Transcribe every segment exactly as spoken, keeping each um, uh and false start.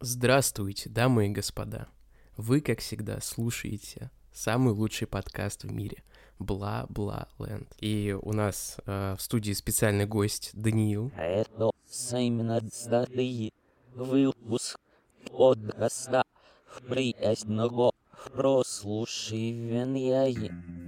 Здравствуйте, дамы и господа. Вы, как всегда, слушаете самый лучший подкаст в мире Бла-Бла-Ленд. И у нас э, в студии специальный гость Даниил. Это семнадцатый выпуск подкаста «Приятного прослушивания».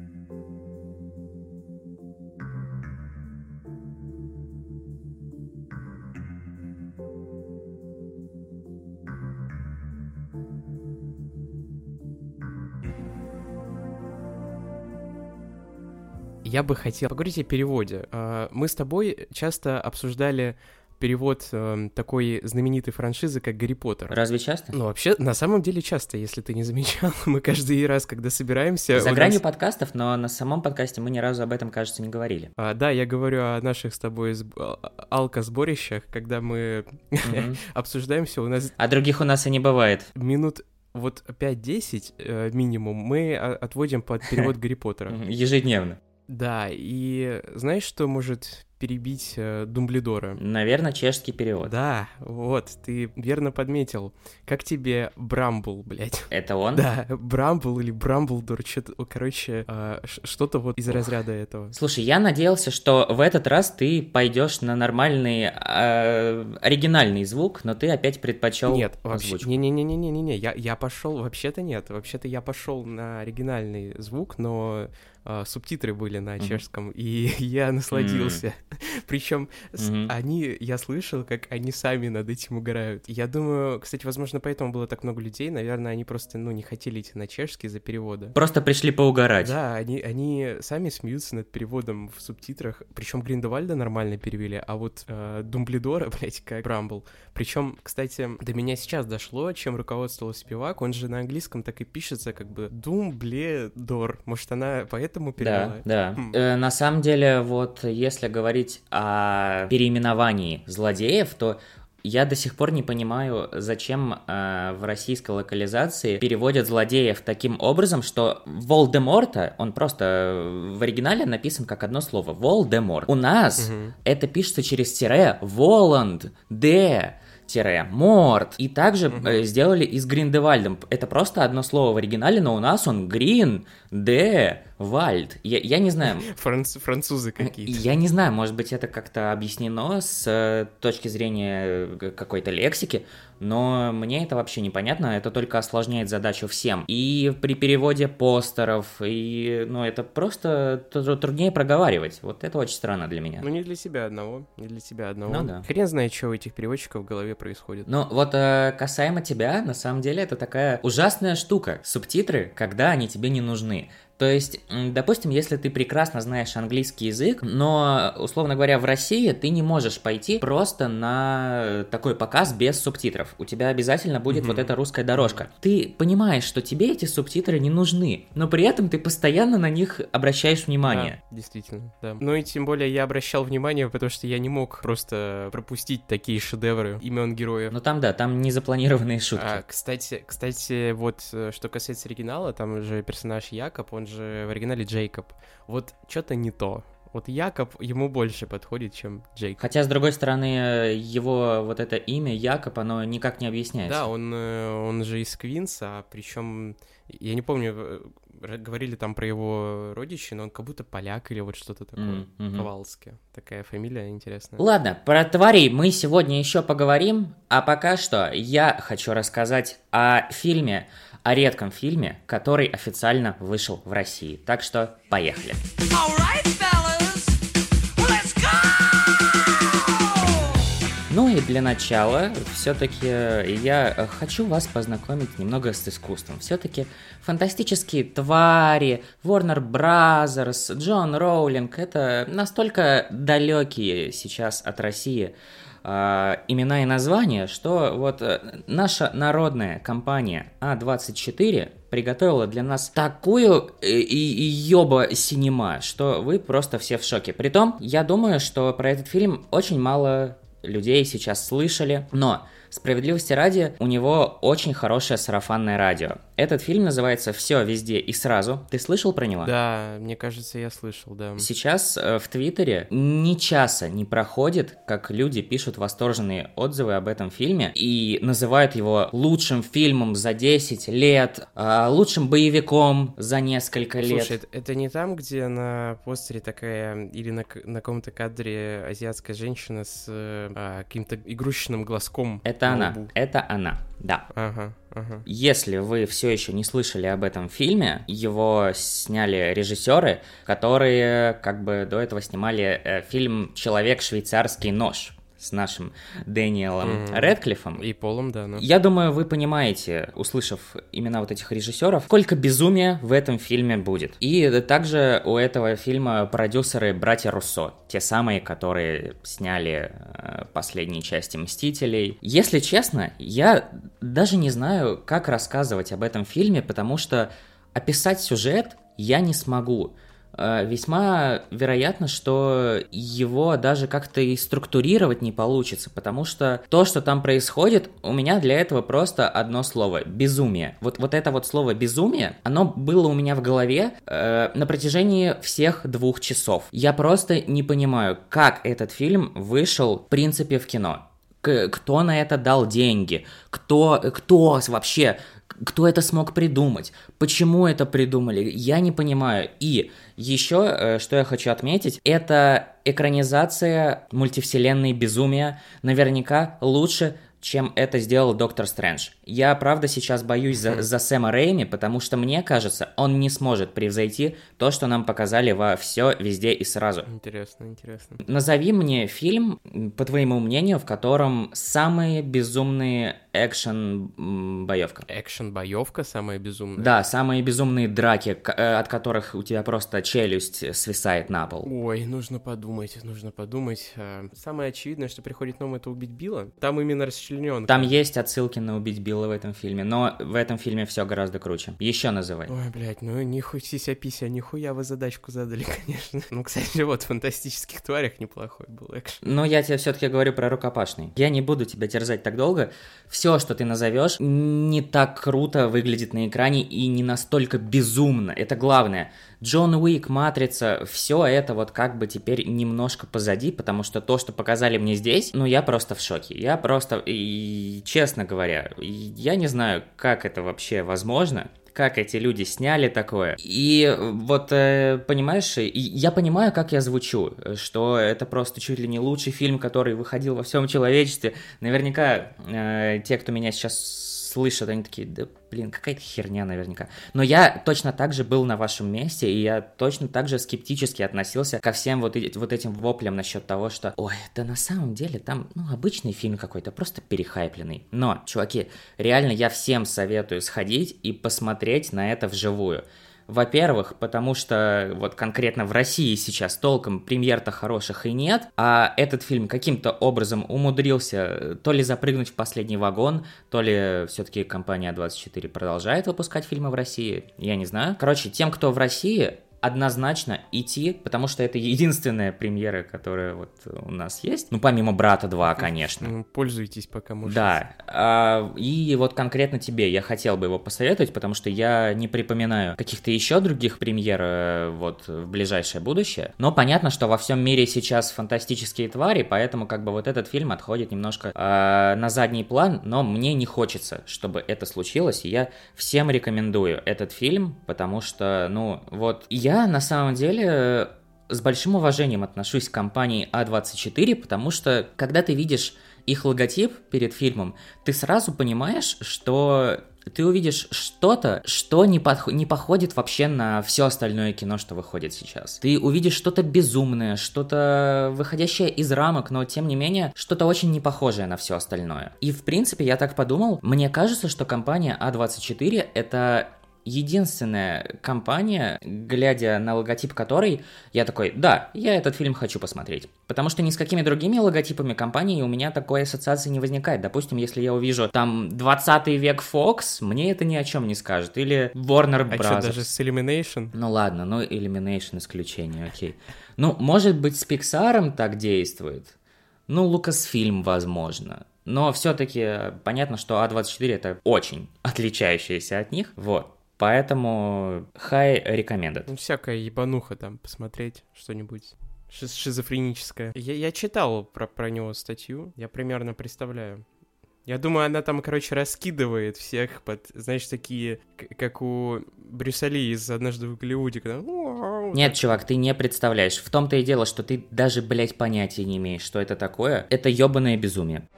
Я бы хотел поговорить о переводе. Мы с тобой часто обсуждали перевод такой знаменитой франшизы, как «Гарри Поттер». Разве часто? Ну, вообще, на самом деле часто, если ты не замечал. Мы каждый раз, когда собираемся... За гранью нас... подкастов, но на самом подкасте мы ни разу об этом, кажется, не говорили. А, да, я говорю о наших с тобой сб... алко-сборищах, когда мы mm-hmm. обсуждаем все. У нас... А других у нас и не бывает. Минут... Вот пять-десять э, минимум мы отводим под перевод Гарри Поттера. Ежедневно. Да, и знаешь, что может перебить э, Думблдора? Наверное, чешский перевод. Да, вот, ты верно подметил. Как тебе Брамбл, блядь? Это он? Да, Брамбл или Брамблдор, что-то, короче, э, что-то вот из разряда этого. Слушай, я надеялся, что в этот раз ты пойдешь на нормальный э, оригинальный звук, но ты опять предпочел Нет, вообще, озвучку. не-не-не-не-не-не, я, я пошел, вообще-то нет, вообще-то я пошел на оригинальный звук, но... Uh, субтитры были на mm-hmm. чешском, и я насладился. Mm-hmm. Причем mm-hmm. они, я слышал, как они сами над этим угорают. Я думаю, кстати, возможно, поэтому было так много людей. Наверное, они просто, ну, не хотели идти на чешский из-за перевода. Просто пришли поугарать. Да, они, они сами смеются над переводом в субтитрах. Причем Гриндевальда нормально перевели, а вот uh, Думблдора, блядь, как Брамбл. Причем, кстати, до меня сейчас дошло, чем руководствовался Спивак. Он же на английском так и пишется, как бы Думблдор. Может, она поэтому Да, да. Хм. Э, на самом деле, вот если говорить о переименовании злодеев, то я до сих пор не понимаю, зачем э, в российской локализации переводят злодеев таким образом, что Волдеморта, он просто в оригинале написан как одно слово, Волдеморт. У нас угу. это пишется через тире Воланд, Д, тире Морт. И также угу. э, сделали и с Гриндевальдом. Это просто одно слово в оригинале, но у нас он Грин, Д, Вальд. Я, я не знаю. Франц, французы какие-то. Я не знаю, может быть, это как-то объяснено с э, точки зрения какой-то лексики, но мне это вообще непонятно, это только осложняет задачу всем. И при переводе постеров, и, ну, это просто труднее проговаривать. Вот это очень странно для меня. Ну, не для себя одного, не для тебя одного. Ну, да. Хрен знает, что у этих переводчиков в голове происходит. Ну, вот э, касаемо тебя, на самом деле, это такая ужасная штука. Субтитры, когда они тебе не нужны. То есть, допустим, если ты прекрасно знаешь английский язык, но, условно говоря, в России ты не можешь пойти просто на такой показ без субтитров. У тебя обязательно будет mm-hmm. вот эта русская дорожка. Ты понимаешь, что тебе эти субтитры не нужны, но при этом ты постоянно на них обращаешь внимание. Да, действительно, да. Ну и тем более я обращал внимание, потому что я не мог просто пропустить такие шедевры имен героев. Ну там, да, там незапланированные шутки. А, кстати, кстати, вот что касается оригинала, там же персонаж Якоб, он же в оригинале Джейкоб. Вот что-то не то. Вот Якоб ему больше подходит, чем Джейкоб. Хотя, с другой стороны, его вот это имя Якоб, оно никак не объясняется. Да, он, он же из Квинса, причем, я не помню, говорили там про его родичей, но он как будто поляк или вот что-то такое. Mm-hmm. Ковалски. Такая фамилия интересная. Ладно, про тварей мы сегодня еще поговорим, а пока что я хочу рассказать о фильме, о редком фильме, который официально вышел в России. Так что поехали. Ну и для начала все-таки я хочу вас познакомить немного с искусством. Все-таки фантастические твари, Warner Brothers, Джон Роулинг — это настолько далекие сейчас от России э, имена и названия, что вот наша народная компания а двадцать четыре приготовила для нас такую и, и ёба синема, что вы просто все в шоке. Притом, я думаю, что про этот фильм очень мало людей сейчас слышали, но справедливости ради, у него очень хорошее сарафанное радио. Этот фильм называется «Все везде и сразу». Ты слышал про него? Да, мне кажется, я слышал, да. Сейчас э, в Твиттере ни часа не проходит, как люди пишут восторженные отзывы об этом фильме и называют его лучшим фильмом за десять лет, э, лучшим боевиком за несколько лет. Слушай, это, это не там, где на постере такая или на, на каком-то кадре азиатская женщина с э, каким-то игрушечным глазком? Это она, лбу. Это она, да. Ага. Ага. Если вы все еще не слышали об этом фильме, его сняли режиссеры, которые как бы до этого снимали э, фильм «Человек-швейцарский нож» с нашим Дэниелом mm-hmm. Рэдклиффом. И Полом, да. Ну. Я думаю, вы понимаете, услышав имена вот этих режиссеров, сколько безумия в этом фильме будет. И также у этого фильма продюсеры братья Руссо, те самые, которые сняли э, последние части «Мстителей». Если честно, я даже не знаю, как рассказывать об этом фильме, потому что описать сюжет я не смогу. Весьма вероятно, что его даже как-то и структурировать не получится, потому что то, что там происходит, у меня для этого просто одно слово – безумие. Вот, вот это вот слово «безумие», оно было у меня в голове э, на протяжении всех двух часов. Я просто не понимаю, как этот фильм вышел, в принципе, в кино. К- кто на это дал деньги? Кто, кто вообще... Кто это смог придумать? Почему это придумали? Я не понимаю. И еще, что я хочу отметить, это экранизация мультивселенной «Безумия» наверняка лучше, чем это сделал Доктор Стрэндж. Я, правда, сейчас боюсь за, за Сэма Рэйми, потому что, мне кажется, он не сможет превзойти то, что нам показали во «Все, везде и сразу». Интересно, интересно. Назови мне фильм, по твоему мнению, в котором самые безумные экшен-боевка. Экшен-боевка самая безумная? Да, самые безумные драки, от которых у тебя просто челюсть свисает на пол. Ой, нужно подумать, нужно подумать. Самое очевидное, что приходит на ум, это «Убить Билла». Там именно расчленёнка. Там есть отсылки на «Убить Билла» в этом фильме, но в этом фильме все гораздо круче. Еще называй. Ой, блядь, ну нихуя сися-пися, нихуя вы задачку задали, конечно. Ну, кстати, вот в «Фантастических тварях» неплохой был экшен. Но я тебе все-таки говорю про «Рукопашный». Я не буду тебя терзать так долго. Все, что ты назовешь, не так круто выглядит на экране и не настолько безумно. Это главное. Джон Уик, Матрица, все это вот как бы теперь немножко позади, потому что то, что показали мне здесь, ну я просто в шоке. Я просто, и, честно говоря, я не знаю, как это вообще возможно. Как эти люди сняли такое. И вот, э, понимаешь, я понимаю, как я звучу, что это просто чуть ли не лучший фильм, который выходил во всем человечестве. Наверняка э, те, кто меня сейчас слышат, они такие, да блин, какая-то херня наверняка. Но я точно так же был на вашем месте, и я точно так же скептически относился ко всем вот, вот этим воплям насчет того, что, ой, да на самом деле там, ну, обычный фильм какой-то, просто перехайпленный. Но, чуваки, реально я всем советую сходить и посмотреть на это вживую. Во-первых, потому что вот конкретно в России сейчас толком премьер-то хороших и нет, а этот фильм каким-то образом умудрился то ли запрыгнуть в последний вагон, то ли все-таки компания а двадцать четыре продолжает выпускать фильмы в России, я не знаю. Короче, тем, кто в России, однозначно идти, потому что это единственная премьера, которая вот у нас есть. Ну, помимо «Брата два», конечно. Ну, пользуйтесь, пока можете. Да. А, и вот конкретно тебе я хотел бы его посоветовать, потому что я не припоминаю каких-то еще других премьер вот в ближайшее будущее. Но понятно, что во всем мире сейчас фантастические твари, поэтому как бы вот этот фильм отходит немножко а, на задний план, но мне не хочется, чтобы это случилось, и я всем рекомендую этот фильм, потому что, ну, вот я на самом деле с большим уважением отношусь к компании а двадцать четыре, потому что, когда ты видишь их логотип перед фильмом, ты сразу понимаешь, что ты увидишь что-то, что не, подх- не походит вообще на все остальное кино, что выходит сейчас. Ты увидишь что-то безумное, что-то выходящее из рамок, но тем не менее, что-то очень не похожее на все остальное. И в принципе, я так подумал, мне кажется, что компания а двадцать четыре это единственная компания, глядя на логотип которой, я такой, да, я этот фильм хочу посмотреть. Потому что ни с какими другими логотипами компании у меня такой ассоциации не возникает. Допустим, если я увижу там двадцатый век Fox, мне это ни о чем не скажет. Или Warner Bros. А что, даже с Illumination? Ну ладно, ну Illumination исключение, окей. Ну, может быть, с Pixar так действует? Ну, Lucasfilm, возможно. Но все-таки понятно, что А двадцать четыре это очень отличающаяся от них, вот. Поэтому high recommended. Ну, всякая ебануха там, посмотреть что-нибудь шиз- шизофреническое. Я, я читал про, про него статью, я примерно представляю. Я думаю, она там, короче, раскидывает всех под, знаешь, такие, к- как у Брюса Ли из «Однажды в Голливуде», когда... Нет, чувак, ты не представляешь. В том-то и дело, что ты даже, блядь, понятия не имеешь, что это такое. Это ёбаное безумие.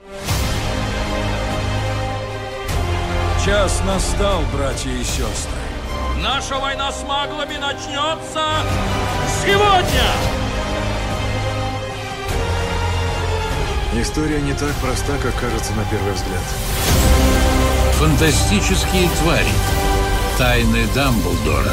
Час настал, братья и сестры. Наша война с маглами начнется сегодня! История не так проста, как кажется на первый взгляд. Фантастические твари. Тайны Дамблдора.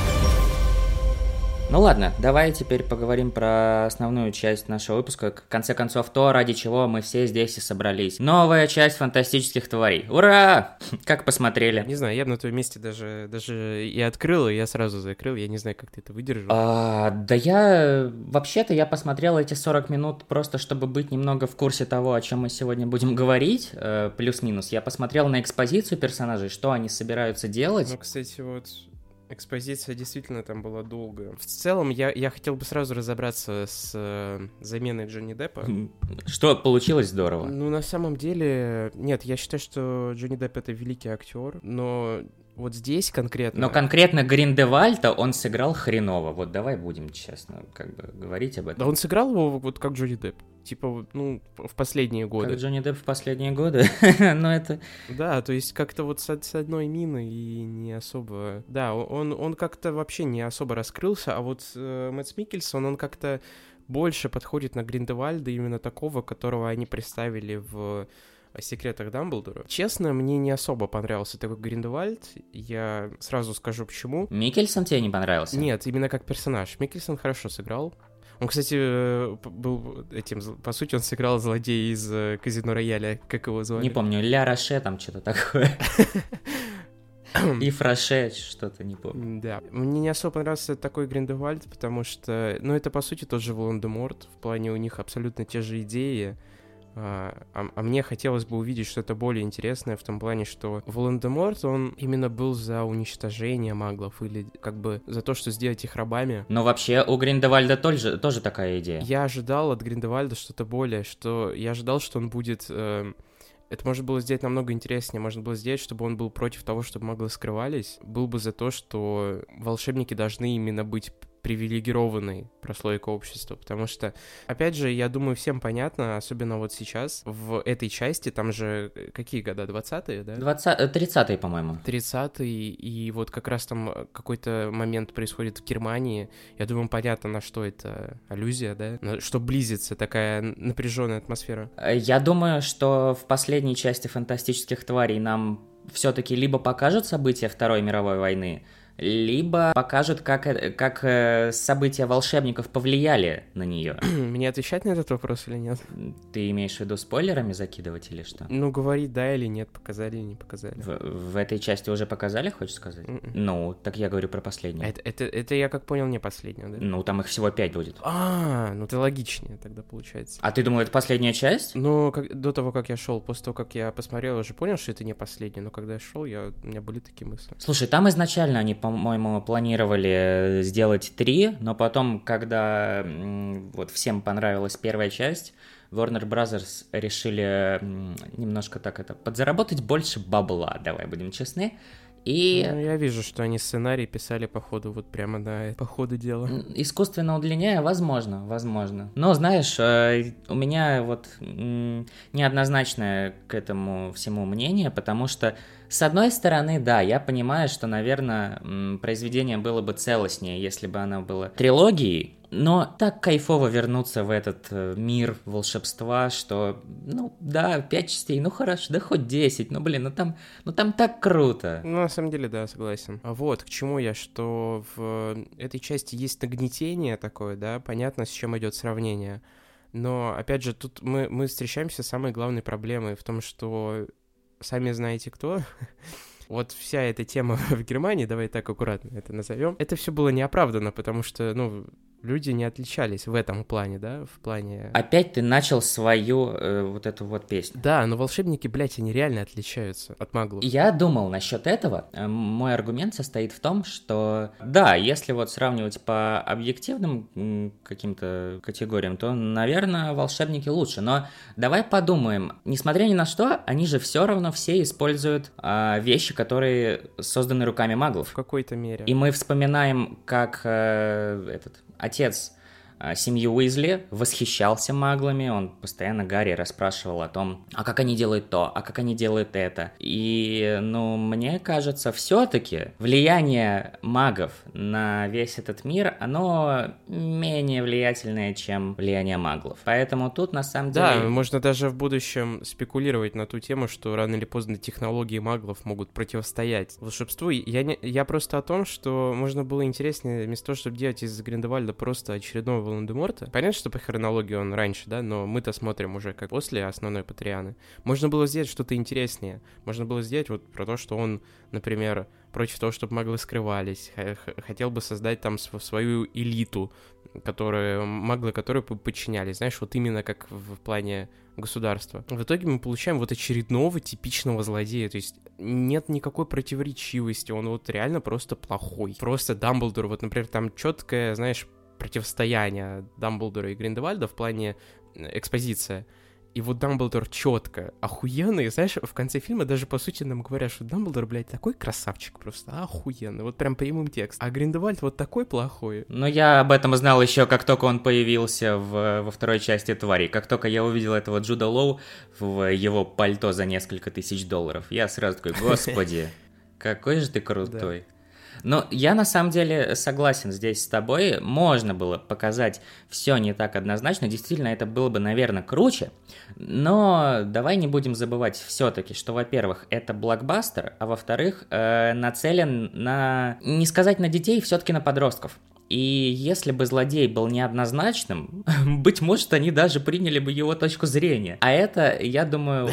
Ну ладно, давай теперь поговорим про основную часть нашего выпуска. В конце концов, то, ради чего мы все здесь и собрались. Новая часть фантастических тварей. Ура! Как посмотрели? Не знаю, я бы на твоем месте даже, даже и открыл, и я сразу закрыл. Я не знаю, как ты это выдержал. А, да я... Вообще-то я посмотрел эти сорок минут просто, чтобы быть немного в курсе того, о чем мы сегодня будем говорить. Э, плюс-минус. Я посмотрел на экспозицию персонажей, что они собираются делать. Ну, кстати, вот... Экспозиция действительно там была долгая. В целом, я, я хотел бы сразу разобраться с э, заменой Джонни Деппа. Что получилось здорово. Ну, на самом деле... Нет, я считаю, что Джонни Депп — это великий актер, но вот здесь конкретно... Но конкретно Гриндевальда он сыграл хреново. Вот давай будем честно как бы говорить об этом. Да он сыграл его вот как Джонни Депп. Типа, ну, в последние годы. Как Джонни Депп в последние годы? Но это... Да, то есть как-то вот с, с одной миной и не особо... Да, он, он как-то вообще не особо раскрылся, а вот э, Мэтт Миккельсон, он как-то больше подходит на Гриндевальда, именно такого, которого они представили в «Секретах Дамблдора». Честно, мне не особо понравился такой Гриндевальд, я сразу скажу почему. Миккельсон тебе не понравился? Нет, именно как персонаж. Миккельсон хорошо сыграл. Он, кстати, был этим, по сути, он сыграл злодея из «Казино Рояля», как его звали? Не помню, Ля Роше там что-то такое. И Фроше, что-то, не помню. Да. Мне не особо понравился такой Гриндевальд, потому что, ну, это, по сути, тот же Волан-де-Морт, в плане у них абсолютно те же идеи, а, а, а мне хотелось бы увидеть что-то более интересное в том плане, что Волан-де-Морт, он именно был за уничтожение маглов или как бы за то, что сделать их рабами. Но вообще у Гриндевальда тоже, тоже такая идея. Я ожидал от Гриндевальда что-то более, что я ожидал, что он будет... Э, это можно было сделать намного интереснее, можно было сделать, чтобы он был против того, чтобы маглы скрывались, был бы за то, что волшебники должны именно быть привилегированной прослойкой общества, потому что, опять же, я думаю, всем понятно, особенно вот сейчас, в этой части, там же какие года, двадцатые, да? двадцатые, тридцатые, по-моему. тридцатые, и вот как раз там какой-то момент происходит в Германии, я думаю, понятно, на что это аллюзия, да? На что близится такая напряженная атмосфера. Я думаю, что в последней части «Фантастических тварей» нам все-таки либо покажут события Второй мировой войны, либо покажут, как, как события волшебников повлияли на нее. Мне отвечать на этот вопрос или нет? Ты имеешь в виду спойлерами закидывать или что? Ну, говорить да или нет, показали или не показали. В, в этой части уже показали, хочешь сказать? Mm-mm. Ну, так я говорю про последнюю. Это, это, это я как понял, не последнюю, да? Ну, там их всего пять будет. А, ну это логичнее тогда получается. А ты думал, это последняя часть? Ну, как, до того, как я шел, после того, как я посмотрел, я уже понял, что это не последняя, но когда я шел, я, у меня были такие мысли. Слушай, там изначально они, по-моему, планировали сделать три, но потом, когда м, вот всем понравилась первая часть, Warner Brothers решили м, немножко так это подзаработать больше бабла, давай будем честны. И... Ну, я вижу, что они сценарий писали по ходу, вот прямо на по ходу дела. Искусственно удлиняя, возможно, возможно. Но, знаешь, у меня вот неоднозначное к этому всему мнение, потому что, с одной стороны, да, я понимаю, что, наверное, произведение было бы целостнее, если бы оно было трилогией, но так кайфово вернуться в этот мир волшебства, что, ну, да, пять частей, ну, хорошо, да хоть десять, ну, блин, ну, там, ну, там так круто. Ну, на самом деле, да, согласен. А вот, к чему я, что в этой части есть нагнетение такое, да, понятно, с чем идет сравнение, но, опять же, тут мы, мы встречаемся с самой главной проблемой в том, что сами знаете кто... вот вся эта тема в Германии, давай так аккуратно это назовем, это все было неоправданно, потому что, ну, люди не отличались в этом плане, да, в плане... Опять ты начал свою э, вот эту вот песню. Да, но волшебники, блядь, они реально отличаются от маглов. Я думал насчет этого. Мой аргумент состоит в том, что, да, если вот сравнивать по объективным м, каким-то категориям, то, наверное, волшебники лучше. Но давай подумаем, несмотря ни на что, они же все равно все используют э, вещи, которые созданы руками маглов. В какой-то мере. И мы вспоминаем, как э, этот... Отец семьи Уизли восхищался маглами, он постоянно Гарри расспрашивал о том, а как они делают то, а как они делают это. И, ну, мне кажется, все-таки влияние магов на весь этот мир, оно менее влиятельное, чем влияние маглов. Поэтому тут, на самом деле... Да, можно даже в будущем спекулировать на ту тему, что рано или поздно технологии маглов могут противостоять волшебству. Я, не, я просто о том, что можно было интереснее, вместо того, чтобы делать из Гриндевальда просто очередного Волан-де-Морта. Понятно, что по хронологии он раньше, да, но мы-то смотрим уже как после основной Патрианы. Можно было сделать что-то интереснее. Можно было сделать вот про то, что он, например, против того, чтобы маглы скрывались, хотел бы создать там свою элиту, которые, маглы, которые подчинялись, знаешь, вот именно как в плане государства. В итоге мы получаем вот очередного типичного злодея, то есть нет никакой противоречивости, он вот реально просто плохой. Просто Дамблдор, вот, например, там четкое, знаешь, противостояние Дамблдора и Гриндевальда в плане экспозиция. И вот Дамблдор четко охуенный, знаешь, в конце фильма даже по сути нам говорят, что Дамблдор, блядь, такой красавчик просто, охуенный, вот прям прямым текстом. А Гриндевальд вот такой плохой. Ну, я об этом знал еще, как только он появился в, во второй части «Твари». Как только я увидел этого Джуда Лоу в его пальто за несколько тысяч долларов, я сразу такой, господи, какой же ты крутой. Но я на самом деле согласен здесь с тобой, можно было показать все не так однозначно, действительно это было бы, наверное, круче, но давай не будем забывать все-таки, что, во-первых, это блокбастер, а во-вторых, э, нацелен на, не сказать на детей, все-таки на подростков. И если бы злодей был неоднозначным, быть может, они даже приняли бы его точку зрения. А это, я думаю...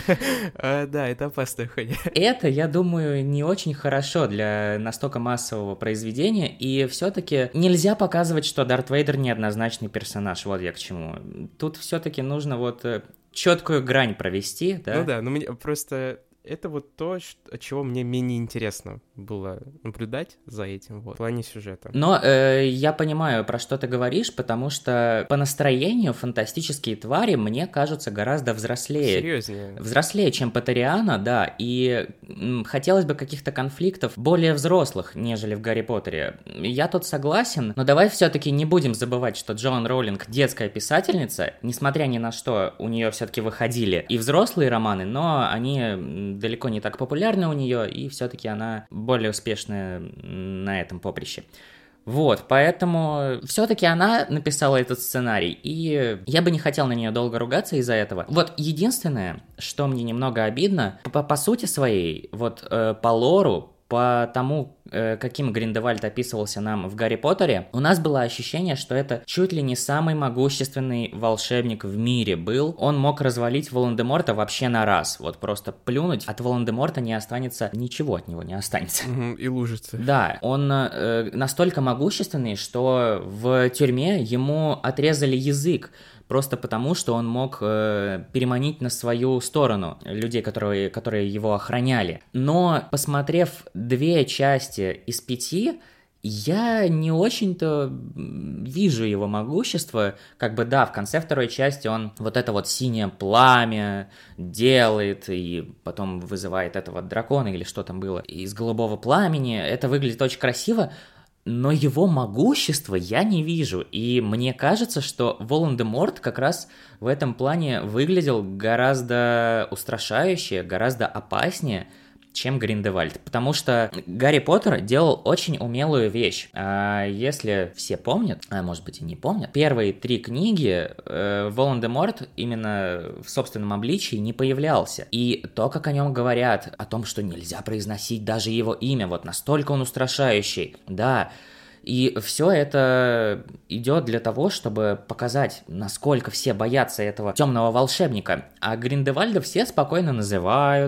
Да, это опасная хуйня. Это, я думаю, не очень хорошо для настолько массового произведения, и все-таки нельзя показывать, что Дарт Вейдер неоднозначный персонаж, вот я к чему. Тут все-таки нужно вот четкую грань провести, да? Ну да, но мне просто... Это вот то, что, чего мне менее интересно было наблюдать за этим, вот, в плане сюжета. Но э, я понимаю, про что ты говоришь, потому что по настроению фантастические твари мне кажутся гораздо взрослее. Серьезнее. Взрослее, чем Поттериана, да, и м, хотелось бы каких-то конфликтов более взрослых, нежели в Гарри Поттере. Я тут согласен, но давай все-таки не будем забывать, что Джоан Роулинг детская писательница, несмотря ни на что, у нее все-таки выходили и взрослые романы, но они далеко не так популярны у нее, и все-таки она более успешная на этом поприще. Вот, поэтому все-таки она написала этот сценарий, и я бы не хотел на нее долго ругаться из-за этого. Вот единственное, что мне немного обидно, по, по сути своей, вот э, по лору, по тому, э, каким Гриндевальд описывался нам в Гарри Поттере, у нас было ощущение, что это чуть ли не самый могущественный волшебник в мире был. Он мог развалить Волан-де-Морта вообще на раз. Вот просто плюнуть, от Волан-де-Морта не останется, ничего от него не останется. И лужица. Да, он э, настолько могущественный, что в тюрьме ему отрезали язык. Просто потому, что он мог э, переманить на свою сторону людей, которые, которые его охраняли. Но, посмотрев две части из пяти, я не очень-то вижу его могущество. Как бы да, в конце второй части он вот это вот синее пламя делает, и потом вызывает этого дракона, или что там было, из голубого пламени. Это выглядит очень красиво. Но его могущества я не вижу, и мне кажется, что Волан-де-Морт как раз в этом плане выглядел гораздо устрашающе, гораздо опаснее, чем Гриндевальд, потому что Гарри Поттер делал очень умелую вещь. А если все помнят, а может быть и не помнят, первые три книги э, Волан-де-Морт именно в собственном обличии не появлялся. И то, как о нем говорят, о том, что нельзя произносить даже его имя, вот настолько он устрашающий, да. И все это идет для того, чтобы показать, насколько все боятся этого темного волшебника. А Гриндевальда все спокойно называют,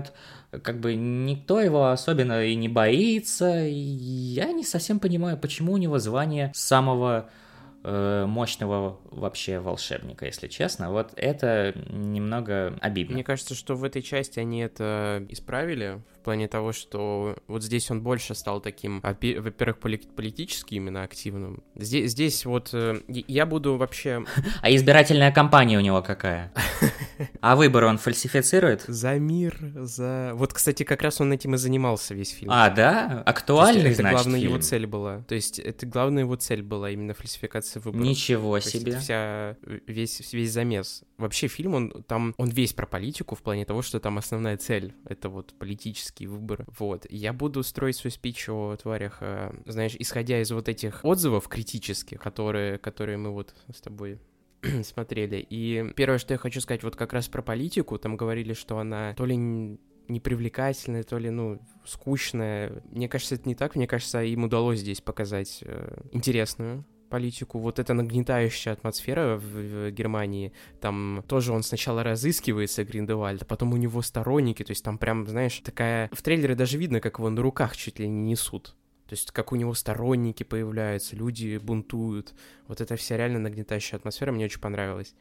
как бы никто его особенно и не боится. И я не совсем понимаю, почему у него звание самого э, мощного вообще волшебника, если честно. Вот это немного обидно. Мне кажется, что в этой части они это исправили, в плане того, что вот здесь он больше стал таким, во-первых, политически именно активным. Здесь, здесь вот э, я буду вообще... А избирательная кампания у него какая? А выборы он фальсифицирует? За мир, за... Вот, кстати, как раз он этим и занимался весь фильм. А, да? Актуальный, это значит, главная фильм? его цель была. То есть это главная его цель была, именно фальсификация выборов. Ничего То себе. Есть вся, весь, весь замес. Вообще фильм, он там, он весь про политику, в плане того, что там основная цель — это вот политические выборы. Вот. Я буду строить свой спич о тварях, знаешь, исходя из вот этих отзывов критических, которые, которые мы вот с тобой смотрели. И первое, что я хочу сказать, вот как раз про политику. Там говорили, что она то ли непривлекательная, то ли, ну, скучная. Мне кажется, это не так. Мне кажется, им удалось здесь показать э, интересную политику. Вот эта нагнетающая атмосфера в, в Германии, там тоже он сначала разыскивается, Гриндевальд, а потом у него сторонники, то есть там прям, знаешь, такая... В трейлере даже видно, как его на руках чуть ли не несут. То есть как у него сторонники появляются, люди бунтуют. Вот эта вся реально нагнетающая атмосфера мне очень понравилась.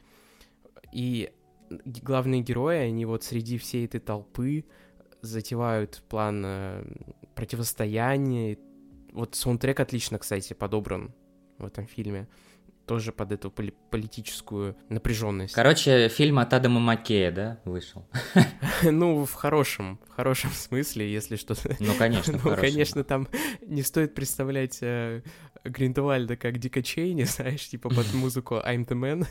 И главные герои, они вот среди всей этой толпы затевают план э, противостояния. Вот саундтрек отлично, кстати, подобран в этом фильме. Тоже под эту поли- политическую напряженность. Короче, фильм от Адама Маккея, да, вышел? Ну, в хорошем, в хорошем смысле, если что-то... Ну, конечно, в Ну, хорошем. конечно, там не стоит представлять э, Гриндевальда как Дика Чейни, знаешь, типа под музыку I'm the Man,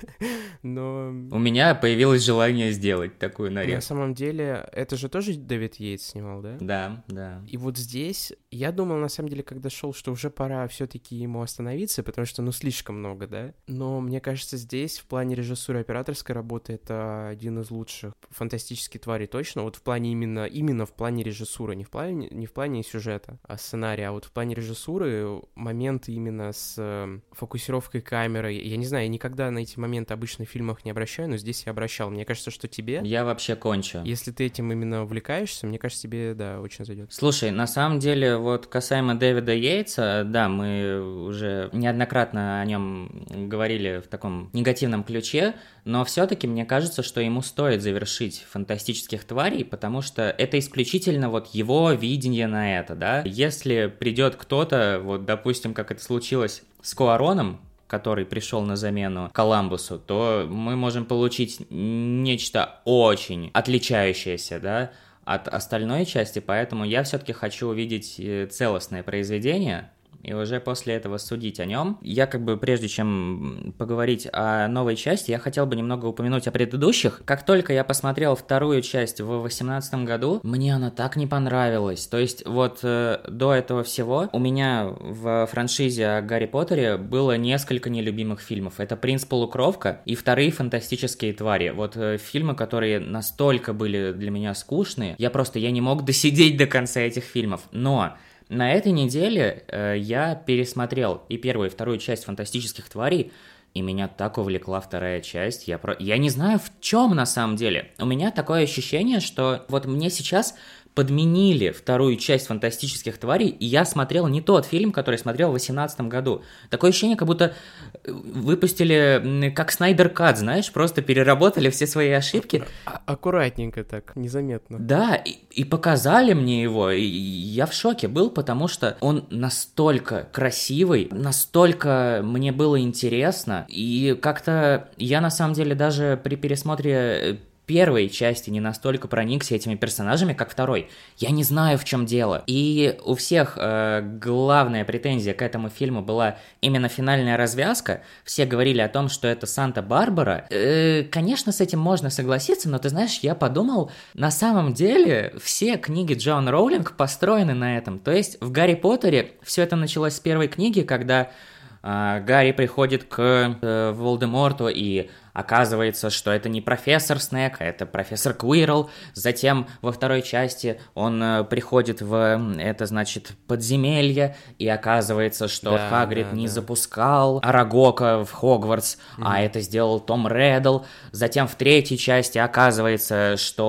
но... У меня появилось желание сделать такую На нарезку. самом деле, это же тоже Дэвид Йейтс снимал, да? Да, да. И вот здесь я думал, на самом деле, когда шел, что уже пора все-таки ему остановиться, потому что, ну, слишком много, да? Но мне кажется, здесь в плане режиссуры и операторской работы это один из лучших. Фантастические твари точно. Вот в плане именно, именно в плане режиссуры, не в плане, не в плане сюжета, а сценария, а вот в плане режиссуры моменты именно с э, фокусировкой камеры. Я не знаю, я никогда на эти моменты обычно в фильмах не обращаю, но здесь я обращал. Мне кажется, что тебе... Я вообще кончу. Если ты этим именно увлекаешься, мне кажется, тебе, да, очень зайдет. Слушай, на самом деле, вот касаемо Дэвида Йейтса, да, мы уже неоднократно о нем говорили в таком негативном ключе, но все-таки мне кажется, что ему стоит завершить «Фантастических тварей», потому что это исключительно вот его видение на это, да. Если придет кто-то, вот, допустим, как это случилось с Куароном, который пришел на замену Коламбусу, то мы можем получить нечто очень отличающееся, да, от остальной части, поэтому я все-таки хочу увидеть целостное произведение и уже после этого судить о нем. Я как бы, прежде чем поговорить о новой части, я хотел бы немного упомянуть о предыдущих. Как только я посмотрел вторую часть в две тысячи восемнадцатом году, мне она так не понравилась. То есть вот э, до этого всего у меня в франшизе о Гарри Поттере было несколько нелюбимых фильмов. Это «Принц Полукровка» и вторые «Фантастические твари». Вот э, фильмы, которые настолько были для меня скучные, я просто я не мог досидеть до конца этих фильмов. Но... На этой неделе э, я пересмотрел и первую, и вторую часть «Фантастических тварей», и меня так увлекла вторая часть. Я, про... я не знаю, в чем на самом деле. У меня такое ощущение, что вот мне сейчас подменили вторую часть «Фантастических тварей», и я смотрел не тот фильм, который смотрел в две тысячи восемнадцатом году. Такое ощущение, как будто выпустили как Снайдер Кат, знаешь, просто переработали все свои ошибки. А- аккуратненько так, незаметно. Да, и, и показали мне его, и я в шоке был, потому что он настолько красивый, настолько мне было интересно, и как-то я на самом деле даже при пересмотре первой части не настолько проникся этими персонажами, как второй. Я не знаю, в чем дело. И у всех э, главная претензия к этому фильму была именно финальная развязка. Все говорили о том, что это Санта-Барбара. Э, конечно, с этим можно согласиться, но ты знаешь, я подумал, на самом деле все книги Джоан Роулинг построены на этом. То есть в Гарри Поттере все это началось с первой книги, когда э, Гарри приходит к э, Волдеморту и оказывается, что это не профессор Снэк, а это профессор Квирл. Затем во второй части он э, приходит в это, значит, подземелье, и оказывается, что да, Хагрид да, не да. запускал Арагока в Хогвартс, mm-hmm. а это сделал Том Реддл. Затем в третьей части оказывается, что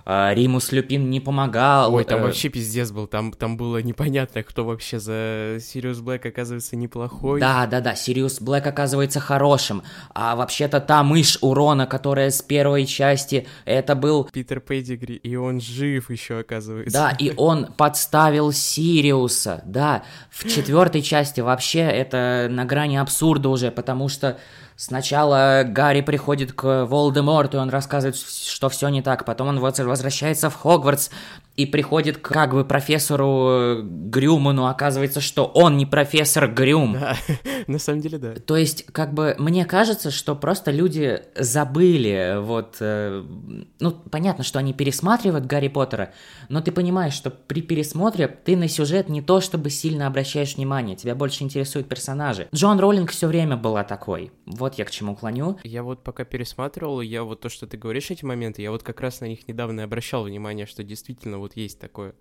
э, Римус Люпин не помогал. Ой, там э... вообще пиздец был, там, там было непонятно, кто вообще за Сириус Блэк оказывается неплохой. Да, да, да, Сириус Блэк оказывается хорошим, а вообще-то та мышь Урона, которая с первой части, это был... Питер Петтигри, и он жив еще, оказывается. Да, и он подставил Сириуса, да, в четвертой части вообще это на грани абсурда уже, потому что сначала Гарри приходит к Волдеморту, и он рассказывает, что все не так, потом он возвращается в Хогвартс и приходит к как бы профессору Грюману, оказывается, что он не профессор Грюм. Да, на самом деле, да. То есть, как бы, мне кажется, что просто люди забыли, вот, э, ну, понятно, что они пересматривают Гарри Поттера, но ты понимаешь, что при пересмотре ты на сюжет не то чтобы сильно обращаешь внимание, тебя больше интересуют персонажи. Джон Роулинг все время была такой, вот я к чему клоню. Я вот пока пересматривал, я вот то, что ты говоришь, эти моменты, я вот как раз на них недавно и обращал внимание, что действительно вот есть такое.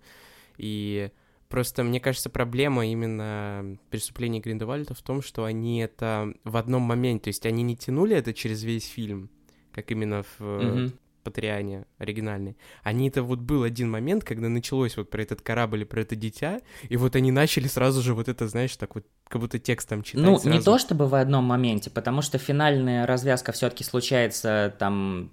И просто, мне кажется, проблема именно преступлений Гриндевальда в том, что они это в одном моменте, то есть они не тянули это через весь фильм, как именно в mm-hmm. Патриане оригинальный. Они это вот был один момент, когда началось вот про этот корабль и про это дитя, и вот они начали сразу же вот это, знаешь, так вот, как будто текстом читать. Ну, сразу. Не то чтобы в одном моменте, потому что финальная развязка все-таки случается там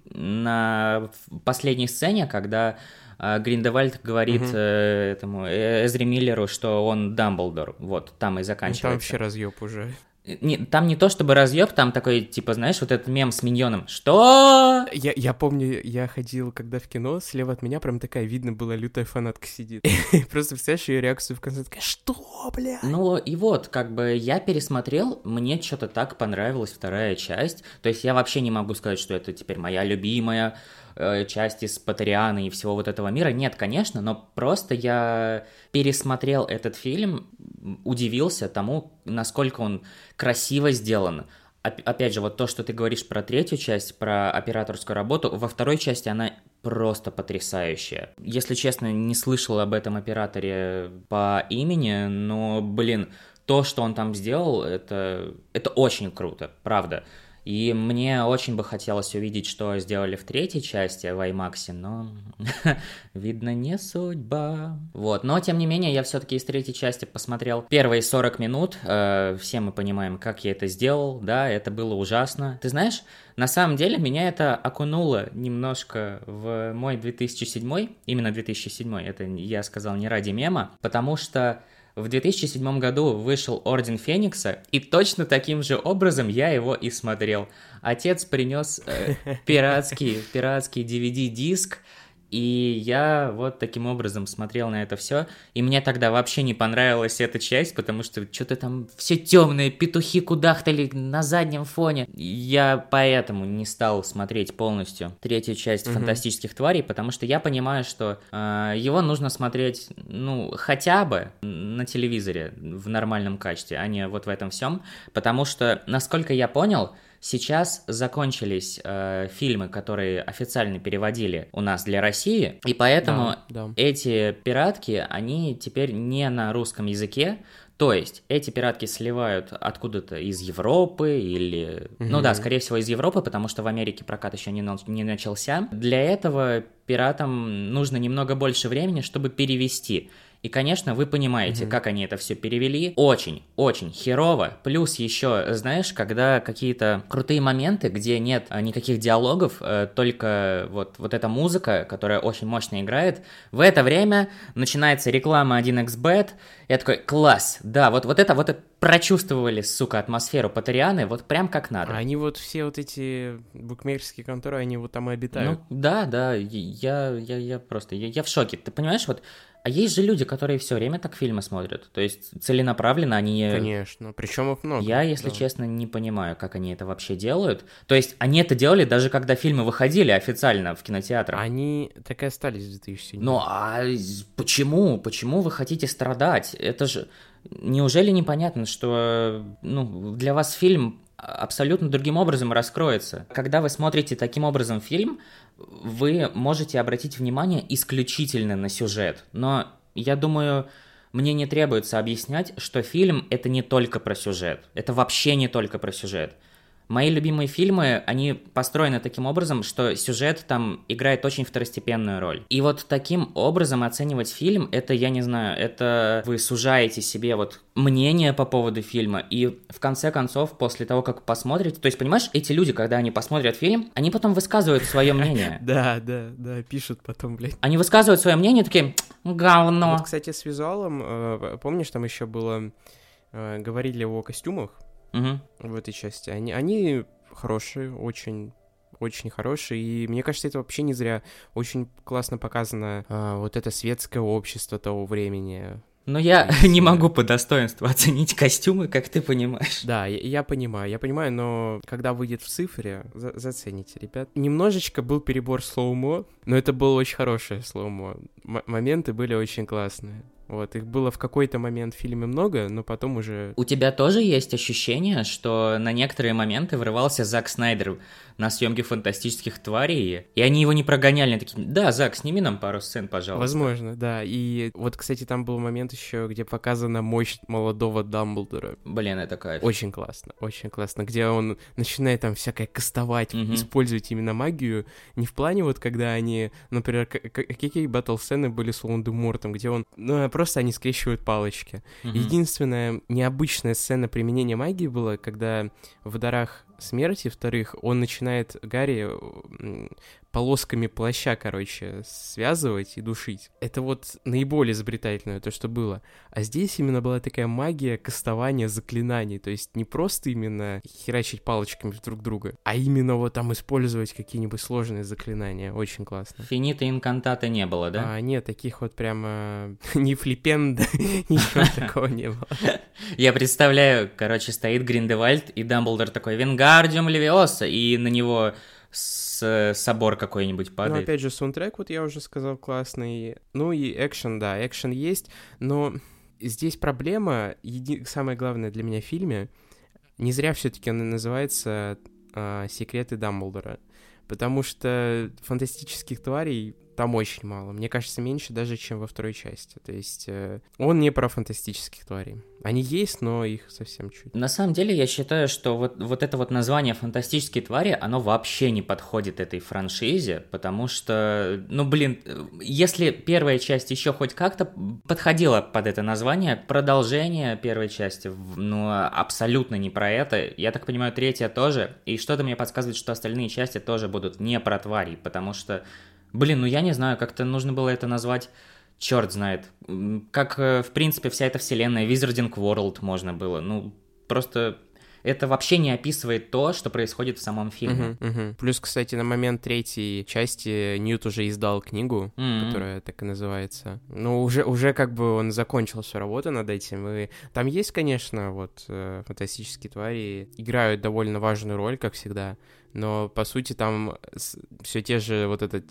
на последней сцене, когда Гриндевальд говорит угу. э, этому Эзри Миллеру, что он Дамблдор. Вот, там и заканчивается. Ну, там вообще разъеб уже. Не, там не то чтобы разъеб, там такой, типа, знаешь, вот этот мем с миньоном. Что? Я, я помню, я ходил, когда в кино, слева от меня прям такая, видно, была лютая фанатка сидит. Просто представляешь ее реакцию в конце, такая, что, бля? Ну и вот, как бы я пересмотрел, мне что-то так понравилась вторая часть. То есть я вообще не могу сказать, что это теперь моя любимая э, часть из Патрианы и всего вот этого мира. Нет, конечно, но просто я пересмотрел этот фильм, удивился тому, насколько он красиво сделан. Опять же, вот то, что ты говоришь про третью часть, про операторскую работу, во второй части она просто потрясающая. Если честно, не слышал об этом операторе по имени, но, блин, то, что он там сделал, это, это очень круто, правда. И мне очень бы хотелось увидеть, что сделали в третьей части в IMAX, но, видно, не судьба. Вот, но, тем не менее, я все-таки из третьей части посмотрел первые сорок минут, э, все мы понимаем, как я это сделал, да, это было ужасно. Ты знаешь, на самом деле, меня это окунуло немножко в мой две тысячи седьмой, именно две тысячи седьмой, это я сказал не ради мема, потому что в две тысячи седьмом году вышел Орден Феникса, и точно таким же образом я его и смотрел. Отец принес э, пиратский, пиратский ди ви ди-диск, и я вот таким образом смотрел на это все, и мне тогда вообще не понравилась эта часть, потому что что-то там все темные, петухи кудахтали на заднем фоне. Я поэтому не стал смотреть полностью третью часть mm-hmm. «Фантастических тварей», потому что я понимаю, что э, его нужно смотреть, ну, хотя бы на телевизоре в нормальном качестве, а не вот в этом всем, потому что, насколько я понял, сейчас закончились э, фильмы, которые официально переводили у нас для России, и поэтому да, да. эти пиратки, они теперь не на русском языке, то есть эти пиратки сливают откуда-то из Европы или... Mm-hmm. Ну да, скорее всего из Европы, потому что в Америке прокат еще не, не начался. Для этого пиратам нужно немного больше времени, чтобы перевести. И, конечно, вы понимаете, mm-hmm. как они это все перевели. Очень, очень херово. Плюс еще, знаешь, когда какие-то крутые моменты, где нет никаких диалогов, только вот, вот эта музыка, которая очень мощно играет, в это время начинается реклама один икс бет. Я такой, класс, да, вот, вот это вот это прочувствовали, сука, атмосферу Патрианы, вот прям как надо. Они вот все вот эти букмекерские конторы, они вот там и обитают. Ну, да, да, я, я, я просто, я, я в шоке. Ты понимаешь, вот, а есть же люди, которые все время так фильмы смотрят, то есть целенаправленно они... Конечно, причем их много. Я, если да. честно, не понимаю, как они это вообще делают. То есть они это делали даже когда фильмы выходили официально в кинотеатрах. Они так и остались в две тысячи седьмом. Ну, а почему? Почему вы хотите страдать? Это же... Неужели непонятно, что ну, для вас фильм абсолютно другим образом раскроется? Когда вы смотрите таким образом фильм, вы можете обратить внимание исключительно на сюжет. Но я думаю, мне не требуется объяснять, что фильм — это не только про сюжет. Это вообще не только про сюжет. Мои любимые фильмы, они построены таким образом, что сюжет там играет очень второстепенную роль. И вот таким образом оценивать фильм, это, я не знаю, это вы сужаете себе вот мнение по поводу фильма, и в конце концов, после того, как посмотрите, то есть, понимаешь, эти люди, когда они посмотрят фильм, они потом высказывают свое мнение. Да, да, да, пишут потом, блядь. Они высказывают свое мнение, такие, говно. Вот, кстати, с визуалом, помнишь, там еще было, говорили о костюмах в этой части, они, они хорошие, очень... очень хороший, и мне кажется, это вообще не зря. Очень классно показано а, вот это светское общество того времени. Но я есть... не могу по достоинству оценить костюмы, как ты понимаешь. Да, я, я понимаю, я понимаю, но когда выйдет в цифре, за- зацените, ребят. Немножечко был перебор слоумо, но это было очень хорошее слоумо. М- моменты были очень классные. Вот, их было в какой-то момент в фильме много, но потом уже... У тебя тоже есть ощущение, что на некоторые моменты врывался Зак Снайдер на съемки «Фантастических тварей», и они его не прогоняли, они такие, да, Зак, сними нам пару сцен, пожалуйста. Возможно, да, и вот, кстати, там был момент еще, где показана мощь молодого Дамблдора. Блин, это кайф. Очень классно, очень классно, где он начинает там всякое кастовать, mm-hmm. использовать именно магию, не в плане вот, когда они, например, какие батл-сцены были с Волан-де-Мортом, где он, ну, просто они скрещивают палочки. Mm-hmm. Единственная необычная сцена применения магии была, когда в «Дарах смерти» вторых он начинает Гарри полосками плаща, короче, связывать и душить. Это вот наиболее изобретательное то, что было. А здесь именно была такая магия кастования заклинаний, то есть не просто именно херачить палочками друг друга, а именно вот там использовать какие-нибудь сложные заклинания. Очень классно. Финита инкантата не было, да? А, нет, таких вот прямо ни флипенда, ничего такого не было. Я представляю, короче, стоит Гриндевальд, и Дамблдор такой «Вингардиум Левиоса», и на него с собор какой-нибудь падает. Ну, опять же, саундтрек, вот я уже сказал, классный. Ну и экшен, да, экшен есть, но здесь проблема, еди... самое главное для меня в фильме, не зря все-таки он называется а, «Секреты Дамблдора», потому что фантастических тварей там очень мало. Мне кажется, меньше даже, чем во второй части. То есть э, он не про фантастических тварей. Они есть, но их совсем чуть. На самом деле, я считаю, что вот, вот это вот название «Фантастические твари», оно вообще не подходит этой франшизе, потому что, ну, блин, если первая часть еще хоть как-то подходила под это название, продолжение первой части, ну, абсолютно не про это. Я так понимаю, третья тоже, и что-то мне подсказывает, что остальные части тоже будут не про тварей, потому что блин, ну я не знаю, как-то нужно было это назвать, черт знает. Как, в принципе, вся эта вселенная, Wizarding World можно было. Ну, просто это вообще не описывает то, что происходит в самом фильме. Uh-huh, uh-huh. Плюс, кстати, на момент третьей части Ньют уже издал книгу, mm-hmm. которая так и называется. Ну, уже, уже как бы он закончил всю работу над этим. И там есть, конечно, вот фантастические твари, играют довольно важную роль, как всегда. Но, по сути, там все те же вот этот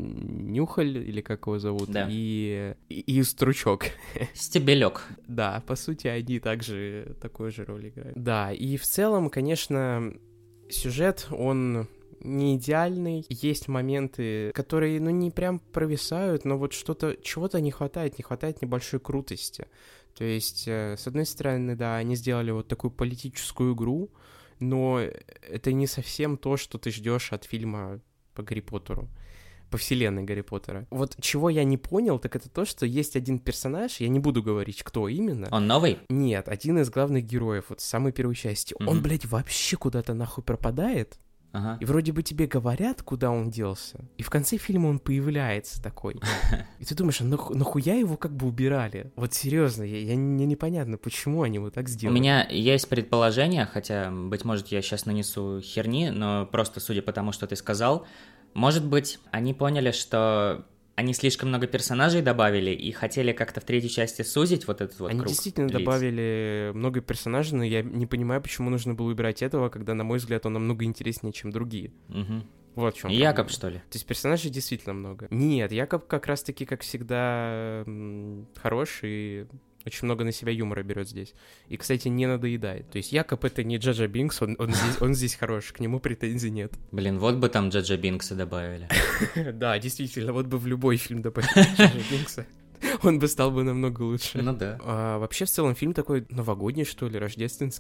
Нюхаль, или как его зовут, да. и, и, и Стручок. Стебелек. Да, по сути, они также такую же роль играют. Да, и в целом, конечно, сюжет, он не идеальный. Есть моменты, которые, ну, не прям провисают, но вот что-то, чего-то не хватает, не хватает небольшой крутости. То есть, с одной стороны, да, они сделали вот такую политическую игру, но это не совсем то, что ты ждешь от фильма по Гарри Поттеру, по вселенной Гарри Поттера. Вот чего я не понял, так это то, что есть один персонаж, я не буду говорить, кто именно. Он новый? Нет, один из главных героев, вот с самой первой части. Mm-hmm. Он, блядь, вообще куда-то нахуй пропадает. Ага. И вроде бы тебе говорят, куда он делся, и в конце фильма он появляется такой. И ты думаешь, а нах- нахуя его как бы убирали? Вот серьезно, я, я, мне непонятно, почему они вот так сделали. У меня есть предположение, хотя, быть может, я сейчас нанесу херни, но просто судя по тому, что ты сказал, может быть, они поняли, что они слишком много персонажей добавили и хотели как-то в третьей части сузить вот этот вот Они круг действительно лиц. добавили много персонажей, но я не понимаю, почему нужно было выбирать этого, когда, на мой взгляд, он намного интереснее, чем другие. Угу. Вот в чем Якоб, проблема. что ли? То есть персонажей действительно много. Нет, Якоб как раз-таки, как всегда, хорош и очень много на себя юмора берет здесь. И, кстати, не надоедает. То есть Якоб — это не Джаджа Бинкс, он, он, здесь, он здесь хорош, к нему претензий нет. Блин, вот бы там Джаджа Бинкса добавили. Да, действительно, вот бы в любой фильм добавили Джаджа Бинкса. Он бы стал бы намного лучше. Ну да. А, вообще, в целом, фильм такой новогодний, что ли, рождественский.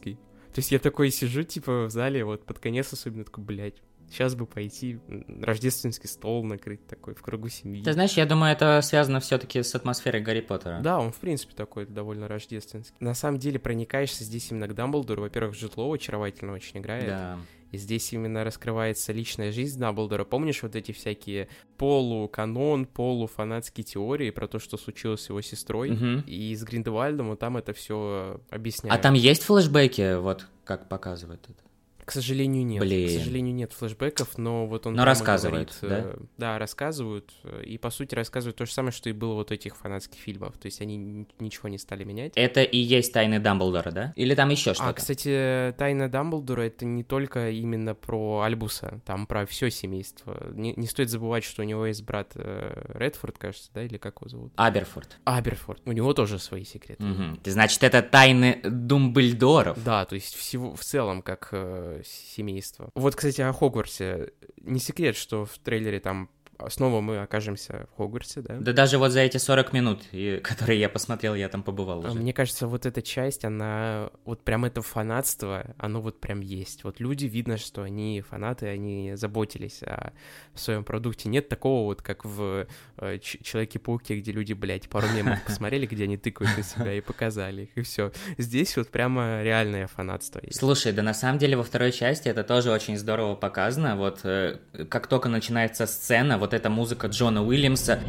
То есть я такой сижу, типа, в зале, вот под конец особенно, такой, блядь, сейчас бы пойти рождественский стол накрыть такой в кругу семьи. Ты знаешь, я думаю, это связано все-таки с атмосферой Гарри Поттера. Да, он, в принципе, такой довольно рождественский. На самом деле проникаешься здесь именно к Дамблдору. Во-первых, Джуд Лоу очаровательно очень играет. Да. И здесь именно раскрывается личная жизнь Дамблдора. Помнишь вот эти всякие полуканон, полуфанатские теории про то, что случилось с его сестрой? Угу. И с Гриндевальдом вот там это все объясняют. А там есть флешбеки, вот как показывают это? К сожалению, нет. Блин. К сожалению, нет флешбеков, но вот он... Но рассказывает, говорит, да? э, да, рассказывают. И, по сути, рассказывают то же самое, что и было вот у этих фанатских фильмов. То есть они ничего не стали менять. Это и есть тайны Дамблдора, да? Или там еще что-то? А, кстати, тайна Дамблдора — это не только именно про Альбуса, там про все семейство. Не, не стоит забывать, что у него есть брат э, Редфорд, кажется, да, или как его зовут? Аберфорд. Аберфорд. У него тоже свои секреты. Угу. Значит, это тайны Думблдоров. Да, то есть всего в целом как э, семейство. Вот, кстати, о Хогвартсе. Не секрет, что в трейлере там снова мы окажемся в Хогвартсе, да? Да даже вот за эти сорок минут, которые я посмотрел, я там побывал уже. Мне кажется, вот эта часть, она, вот прям это фанатство, оно вот прям есть. Вот люди, видно, что они фанаты, они заботились о своем продукте. Нет такого вот, как в э, Человеке-пауке, где люди, блядь, пару мемов посмотрели, где они тыкают на себя и показали их, и все. Здесь вот прямо реальное фанатство есть. Слушай, да на самом деле во второй части это тоже очень здорово показано. Вот э, как только начинается сцена, вот эта музыка Джона Уильямса.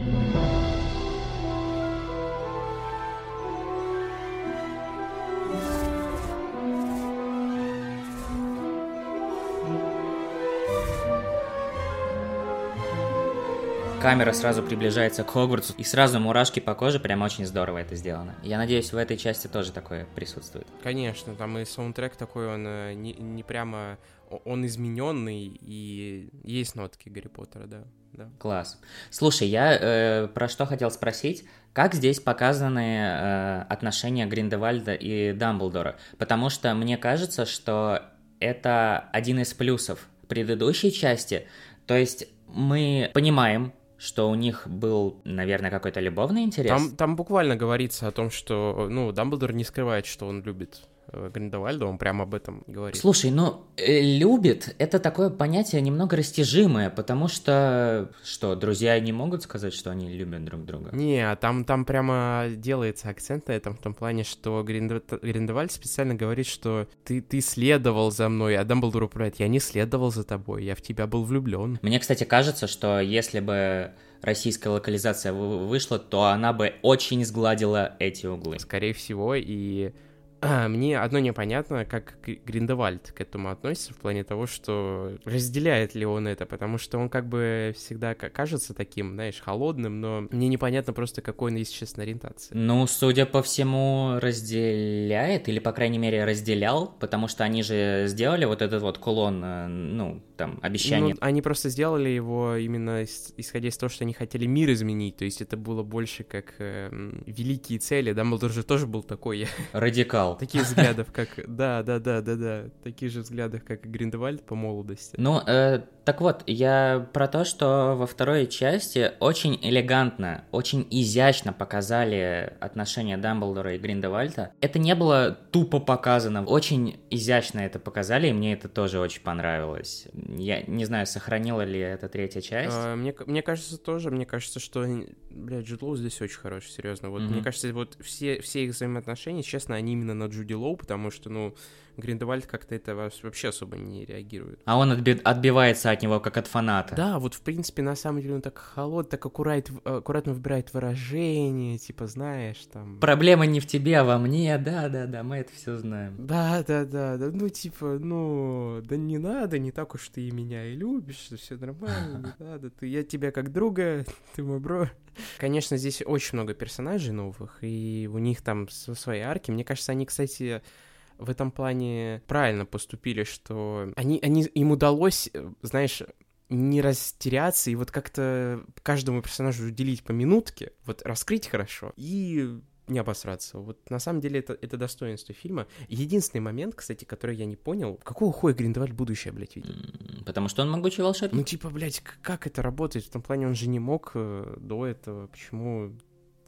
Камера сразу приближается к Хогвартсу, и сразу мурашки по коже, прям очень здорово это сделано. Я надеюсь, в этой части тоже такое присутствует. Конечно, там и саундтрек такой, он не, не прямо... Он измененный, и есть нотки Гарри Поттера, да. да. Класс. Слушай, я э, про что хотел спросить. Как здесь показаны э, отношения Гриндевальда и Дамблдора? Потому что мне кажется, что это один из плюсов предыдущей части. То есть мы понимаем, что у них был, наверное, какой-то любовный интерес. Там, там буквально говорится о том, что, ну, Дамблдор не скрывает, что он любит Гриндевальда, он прямо об этом говорит. Слушай, ну, э, любит — это такое понятие немного растяжимое, потому что, что, друзья не могут сказать, что они любят друг друга? Не, там, там прямо делается акцент на этом, в том плане, что Гриндев... Гриндевальд специально говорит, что ты, ты следовал за мной, а Дамблдор управляет, я не следовал за тобой, я в тебя был влюблен. Мне, кстати, кажется, что если бы российская локализация вышла, то она бы очень сгладила эти углы. Скорее всего, и... А, мне одно непонятно, как Гриндевальд к этому относится, в плане того, что разделяет ли он это, потому что он как бы всегда кажется таким, знаешь, холодным, но мне непонятно просто, какой он есть сейчас на ориентации. Ну, судя по всему, разделяет, или, по крайней мере, разделял, потому что они же сделали вот этот вот кулон, ну, там, обещание. Ну, они просто сделали его именно исходя из того, что они хотели мир изменить, то есть это было больше как э, великие цели. Дамблдор же тоже был такой. Радикал. Таких взглядов, как... Да, да, да, да, да. Таких же взглядов, как и Гриндевальд по молодости. Ну, э, так вот, я про то, что во второй части очень элегантно, очень изящно показали отношения Дамблдора и Гриндевальда. Это не было тупо показано, очень изящно это показали, и мне это тоже очень понравилось. Я не знаю, сохранила ли это третья часть. А, мне, мне кажется, тоже. Мне кажется, что... Блядь, Джуд Лоу здесь очень хороший, серьезно. Вот, mm-hmm. Мне кажется, вот все, все их взаимоотношения, честно, они именно на Джуди Лоу, потому что, ну, Гриндевальд как-то это вообще особо не реагирует. А он отби- отбивается от него, как от фаната. Да, вот, в принципе, на самом деле он так холод, так аккурат, аккуратно выбирает выражения, типа, знаешь, там... Проблема не в тебе, а во мне, да-да-да, мы это все знаем. Да-да-да, да, ну, типа, ну, да не надо, не так уж ты и меня и любишь, все нормально, не надо, ты, я тебя как друга, ты мой бро. Конечно, здесь очень много персонажей новых, и у них там свои арки. Мне кажется, они, кстати, в этом плане правильно поступили, что они, они, им удалось, знаешь, не растеряться и вот как-то каждому персонажу уделить по минутке, вот раскрыть хорошо и не обосраться. Вот на самом деле это, это достоинство фильма. Единственный момент, кстати, который я не понял, какого хуя Гриндевальд будущее, блядь, видит? Потому что он могучий волшебник. Ну, типа, блядь, как это работает? В том плане он же не мог э, до этого. Почему...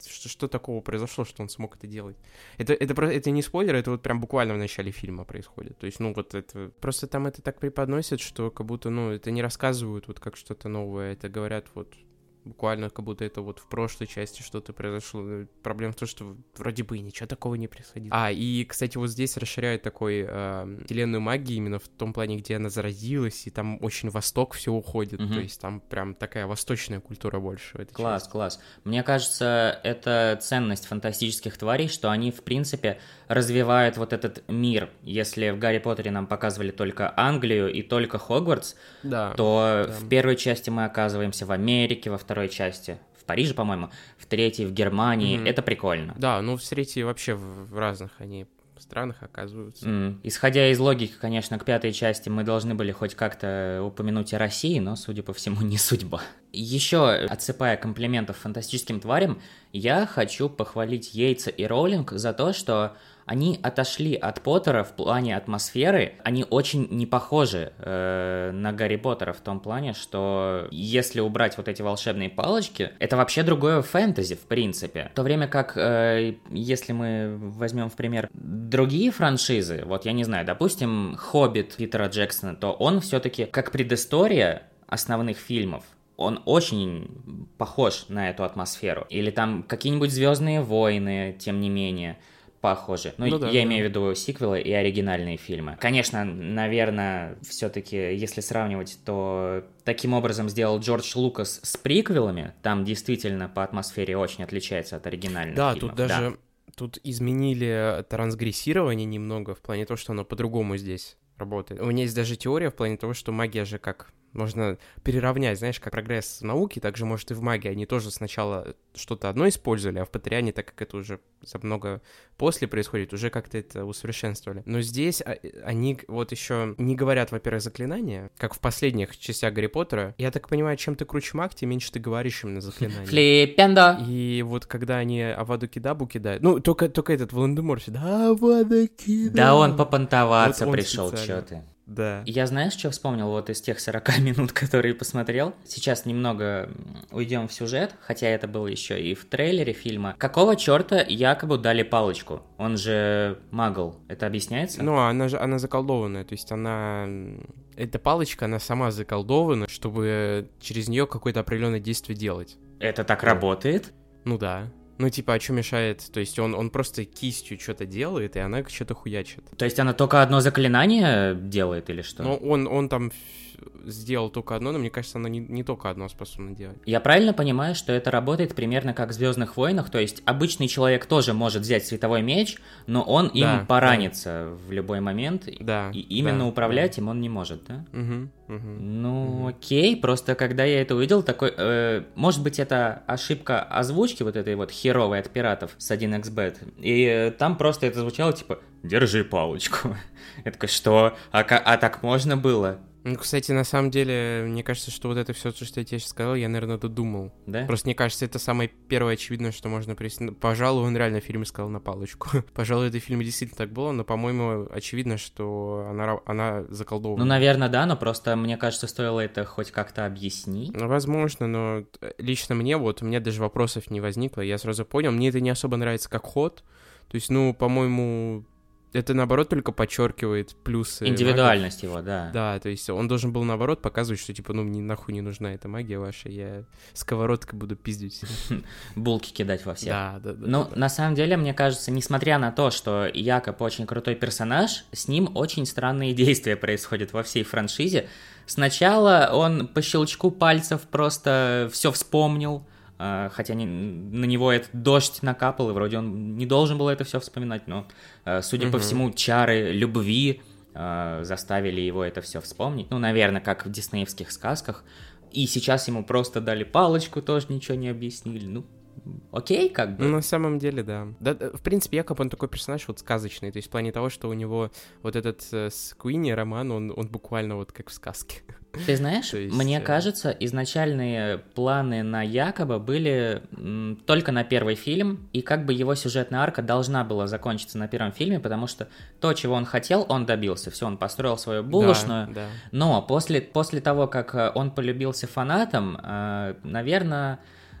что, что такого произошло, что он смог это делать. Это, это, это не спойлер, это вот прям буквально в начале фильма происходит. То есть, ну, вот это... Просто там это так преподносят, что как будто, ну, это не рассказывают вот как что-то новое, это говорят вот... Буквально как будто это вот в прошлой части что-то произошло. Проблема в том, что вроде бы и ничего такого не происходило. А, и, кстати, вот здесь расширяют такой э, вселенную магии именно в том плане, где она зародилась, и там очень восток все уходит. Mm-hmm. То есть там прям такая восточная культура больше в этой Класс, части. Класс. Мне кажется, это ценность фантастических тварей, что они, в принципе, развивают вот этот мир. Если в Гарри Поттере нам показывали только Англию и только Хогвартс, да, то да. в первой части мы оказываемся в Америке, во второй части в Париже, по-моему, в третьей в Германии. Mm-hmm. Это прикольно. Да, ну в третьей вообще в, в разных они странах оказываются. Mm. Исходя из логики, конечно, к пятой части мы должны были хоть как-то упомянуть о России, но, судя по всему, не судьба. Еще, отсыпая комплиментов фантастическим тварям, я хочу похвалить Йейтса и Роулинг за то, что они отошли от Поттера в плане атмосферы, они очень не похожи э, на Гарри Поттера в том плане, что если убрать вот эти волшебные палочки, это вообще другое фэнтези, в принципе. В то время как, э, если мы возьмем в пример другие франшизы, вот я не знаю, допустим, «Хоббит» Питера Джексона, то он все-таки как предыстория основных фильмов, он очень похож на эту атмосферу. Или там какие-нибудь «Звездные войны», тем не менее, похожи. Ну, ну да, я да. имею в виду сиквелы и оригинальные фильмы. Конечно, наверное, все-таки, если сравнивать, то таким образом сделал Джордж Лукас с приквелами. Там действительно по атмосфере очень отличается от оригинальных да, фильмов. Тут даже, да, тут изменили трансгрессирование немного в плане того, что оно по-другому здесь работает. У меня есть даже теория в плане того, что магия же как... Можно переравнять, знаешь, как прогресс науки, так же, может, и в магии. Они тоже сначала что-то одно использовали, а в Поттериане, так как это уже за много после происходит, уже как-то это усовершенствовали. Но здесь они вот еще не говорят, во-первых, заклинания, как в последних частях Гарри Поттера. Я так понимаю, чем ты круче маг, тем меньше ты говоришь именно заклинания. Флиппендо! И вот когда они Аваду Кедавру кидают... Ну, только, только этот Волан-де-Морт всегда Аваду Кедавру. Да он попонтоваться вот пришел, чё ты. Да. Я знаешь, что вспомнил вот из тех сорока минут, которые посмотрел? Сейчас немного уйдем в сюжет, хотя это было еще и в трейлере фильма. Какого черта якобы дали палочку? Он же магл. Это объясняется? Ну, она же она заколдованная, то есть она... Эта палочка, она сама заколдована, чтобы через нее какое-то определенное действие делать. Это так работает? Ну да. Ну, типа, а что мешает? То есть он, он просто кистью что-то делает, и она что-то хуячит. То есть она только одно заклинание делает или что? Ну, он, он там сделал только одно, но мне кажется, оно не, не только одно способно делать. Я правильно понимаю, что это работает примерно как в «Звездных войнах», то есть обычный человек тоже может взять световой меч, но он им да, поранится да. в любой момент, да, и именно да, управлять да. им он не может, да? Угу, угу, ну, угу. окей, просто когда я это увидел, такой, э, может быть, это ошибка озвучки вот этой вот херовой от пиратов с один икс бет, и э, там просто это звучало типа «держи палочку». Я такой, что? А, а так можно было? Ну, кстати, на самом деле, мне кажется, что вот это все, что я тебе сейчас сказал, я, наверное, додумал. Да? Просто мне кажется, это самое первое очевидное, что можно привести. Пожалуй, он реально в фильме сказал на палочку. Пожалуй, это в фильме действительно так было, но, по-моему, очевидно, что она, она заколдована. Ну, наверное, да, но просто, мне кажется, стоило это хоть как-то объяснить. Ну, возможно, но лично мне вот, у меня даже вопросов не возникло, я сразу понял, мне это не особо нравится как ход. То есть, ну, по-моему... Это, наоборот, только подчеркивает плюсы индивидуальность магов. его, да. Да, то есть он должен был, наоборот, показывать, что, типа, ну, мне нахуй не нужна эта магия ваша, я сковородкой буду пиздить. Булки кидать во всех. Да, да, да. Ну, да, да. на самом деле, мне кажется, несмотря на то, что Якоб очень крутой персонаж, с ним очень странные действия происходят во всей франшизе. Сначала он по щелчку пальцев просто все вспомнил, хотя не, на него этот дождь накапал, и вроде он не должен был это все вспоминать, но, судя mm-hmm. по всему, чары любви э, заставили его это все вспомнить. Ну, наверное, как в диснеевских сказках. И сейчас ему просто дали палочку, тоже ничего не объяснили. Ну, окей, как бы. Ну, на самом деле, да. Да, в принципе, Якоб, он такой персонаж вот сказочный, то есть в плане того, что у него вот этот э, с Куинни роман, он, он буквально вот как в сказке. Ты знаешь, есть, мне э... кажется, изначальные планы на Якоба были м, только на первый фильм, и как бы его сюжетная арка должна была закончиться на первом фильме, потому что то, чего он хотел, он добился. Все, он построил свою булочную. Да, да. Но после, после того, как он полюбился фанатам, э, наверное...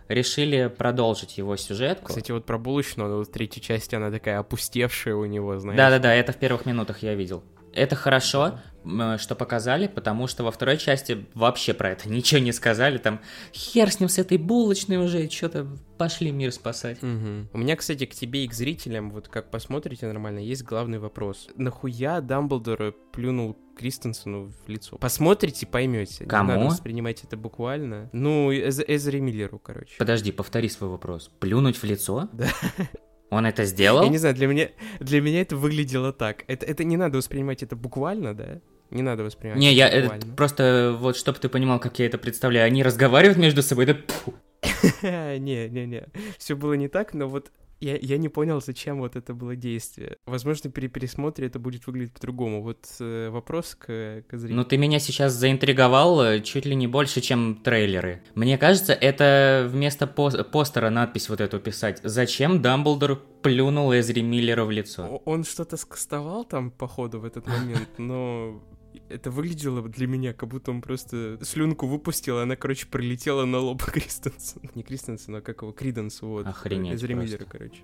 решили продолжить его сюжетку. Кстати, вот про булочную, вот третья часть, она такая опустевшая у него, знаешь. Да-да-да, это в первых минутах я видел. Это хорошо, что показали, потому что во второй части вообще про это ничего не сказали. Там хер с ним, с этой булочной уже, что-то пошли мир спасать. Угу. У меня, кстати, к тебе и к зрителям, вот как посмотрите нормально, есть главный вопрос. Нахуя Дамблдор плюнул Кристенсену в лицо? Посмотрите, поймете. Кому? Не надо воспринимать это буквально. Ну, Эз- Эзри Миллеру, короче. Подожди, повтори свой вопрос. Плюнуть в лицо? Да. Он это сделал? Я не знаю, для меня, для меня это выглядело так. Это, это не надо воспринимать это буквально, да? Не надо воспринимать не, это я, буквально. Это, просто вот, чтобы ты понимал, как я это представляю. Они разговаривают между собой, да? Не-не-не, все было не так, но вот я, я не понял, зачем вот это было действие. Возможно, при пересмотре это будет выглядеть по-другому. Вот э, вопрос к, к зрителю. Ну, ты меня сейчас заинтриговал чуть ли не больше, чем трейлеры. Мне кажется, это вместо по- постера надпись вот эту писать. Зачем Дамблдор плюнул Эзри Миллера в лицо? Он что-то скастовал там, походу, в этот момент, но... Это выглядело для меня, как будто он просто слюнку выпустил, и она, короче, прилетела на лоб Кристенсена. Не Кристенсена, а как его, Криденса, вот. Охренеть Эзри Миллера, короче.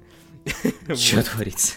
Чё творится?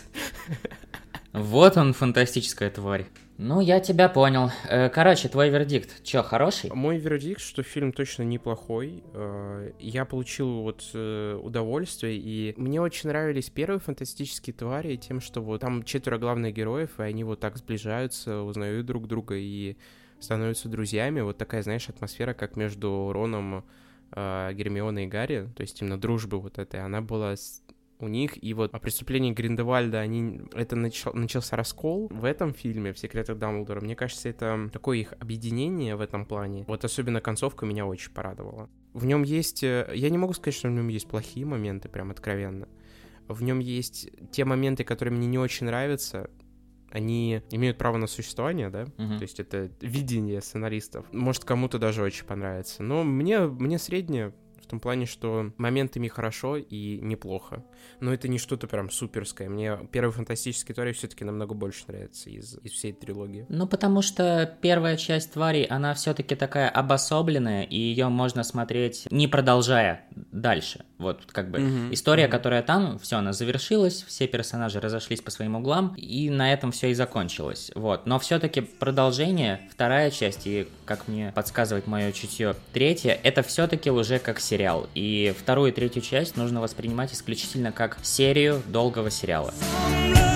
Вот он, фантастическая тварь. Ну, я тебя понял. Короче, твой вердикт. Чё, хороший? Мой вердикт, что фильм точно неплохой. Я получил вот удовольствие, и мне очень нравились первые фантастические твари тем, что вот там четверо главных героев, и они вот так сближаются, узнают друг друга и становятся друзьями. Вот такая, знаешь, атмосфера, как между Роном, Гермионой и Гарри, то есть именно дружбы вот этой, она была... у них, и вот о преступлении Гриндевальда, они, это начал, начался раскол в этом фильме, в «Секретах Дамблдора». Мне кажется, это такое их объединение в этом плане. Вот особенно концовка меня очень порадовала. В нем есть... Я не могу сказать, что в нем есть плохие моменты, прям откровенно. В нем есть те моменты, которые мне не очень нравятся. Они имеют право на существование, да? Uh-huh. То есть это видение сценаристов. Может, кому-то даже очень понравится. Но мне, мне среднее... В том плане, что моментами хорошо и неплохо. Но это не что-то прям суперское. Мне первый фантастический твари все-таки намного больше нравится из, из всей трилогии. Ну, потому что первая часть тварей, она все-таки такая обособленная, и ее можно смотреть, не продолжая дальше. Вот как бы mm-hmm. история, mm-hmm. которая там, все, она завершилась, все персонажи разошлись по своим углам, и на этом все и закончилось. Вот. Но все-таки продолжение, вторая часть, и, как мне подсказывает мое чутье, третья, это все-таки уже как сериал. И вторую и третью часть нужно воспринимать исключительно как серию долгого сериала.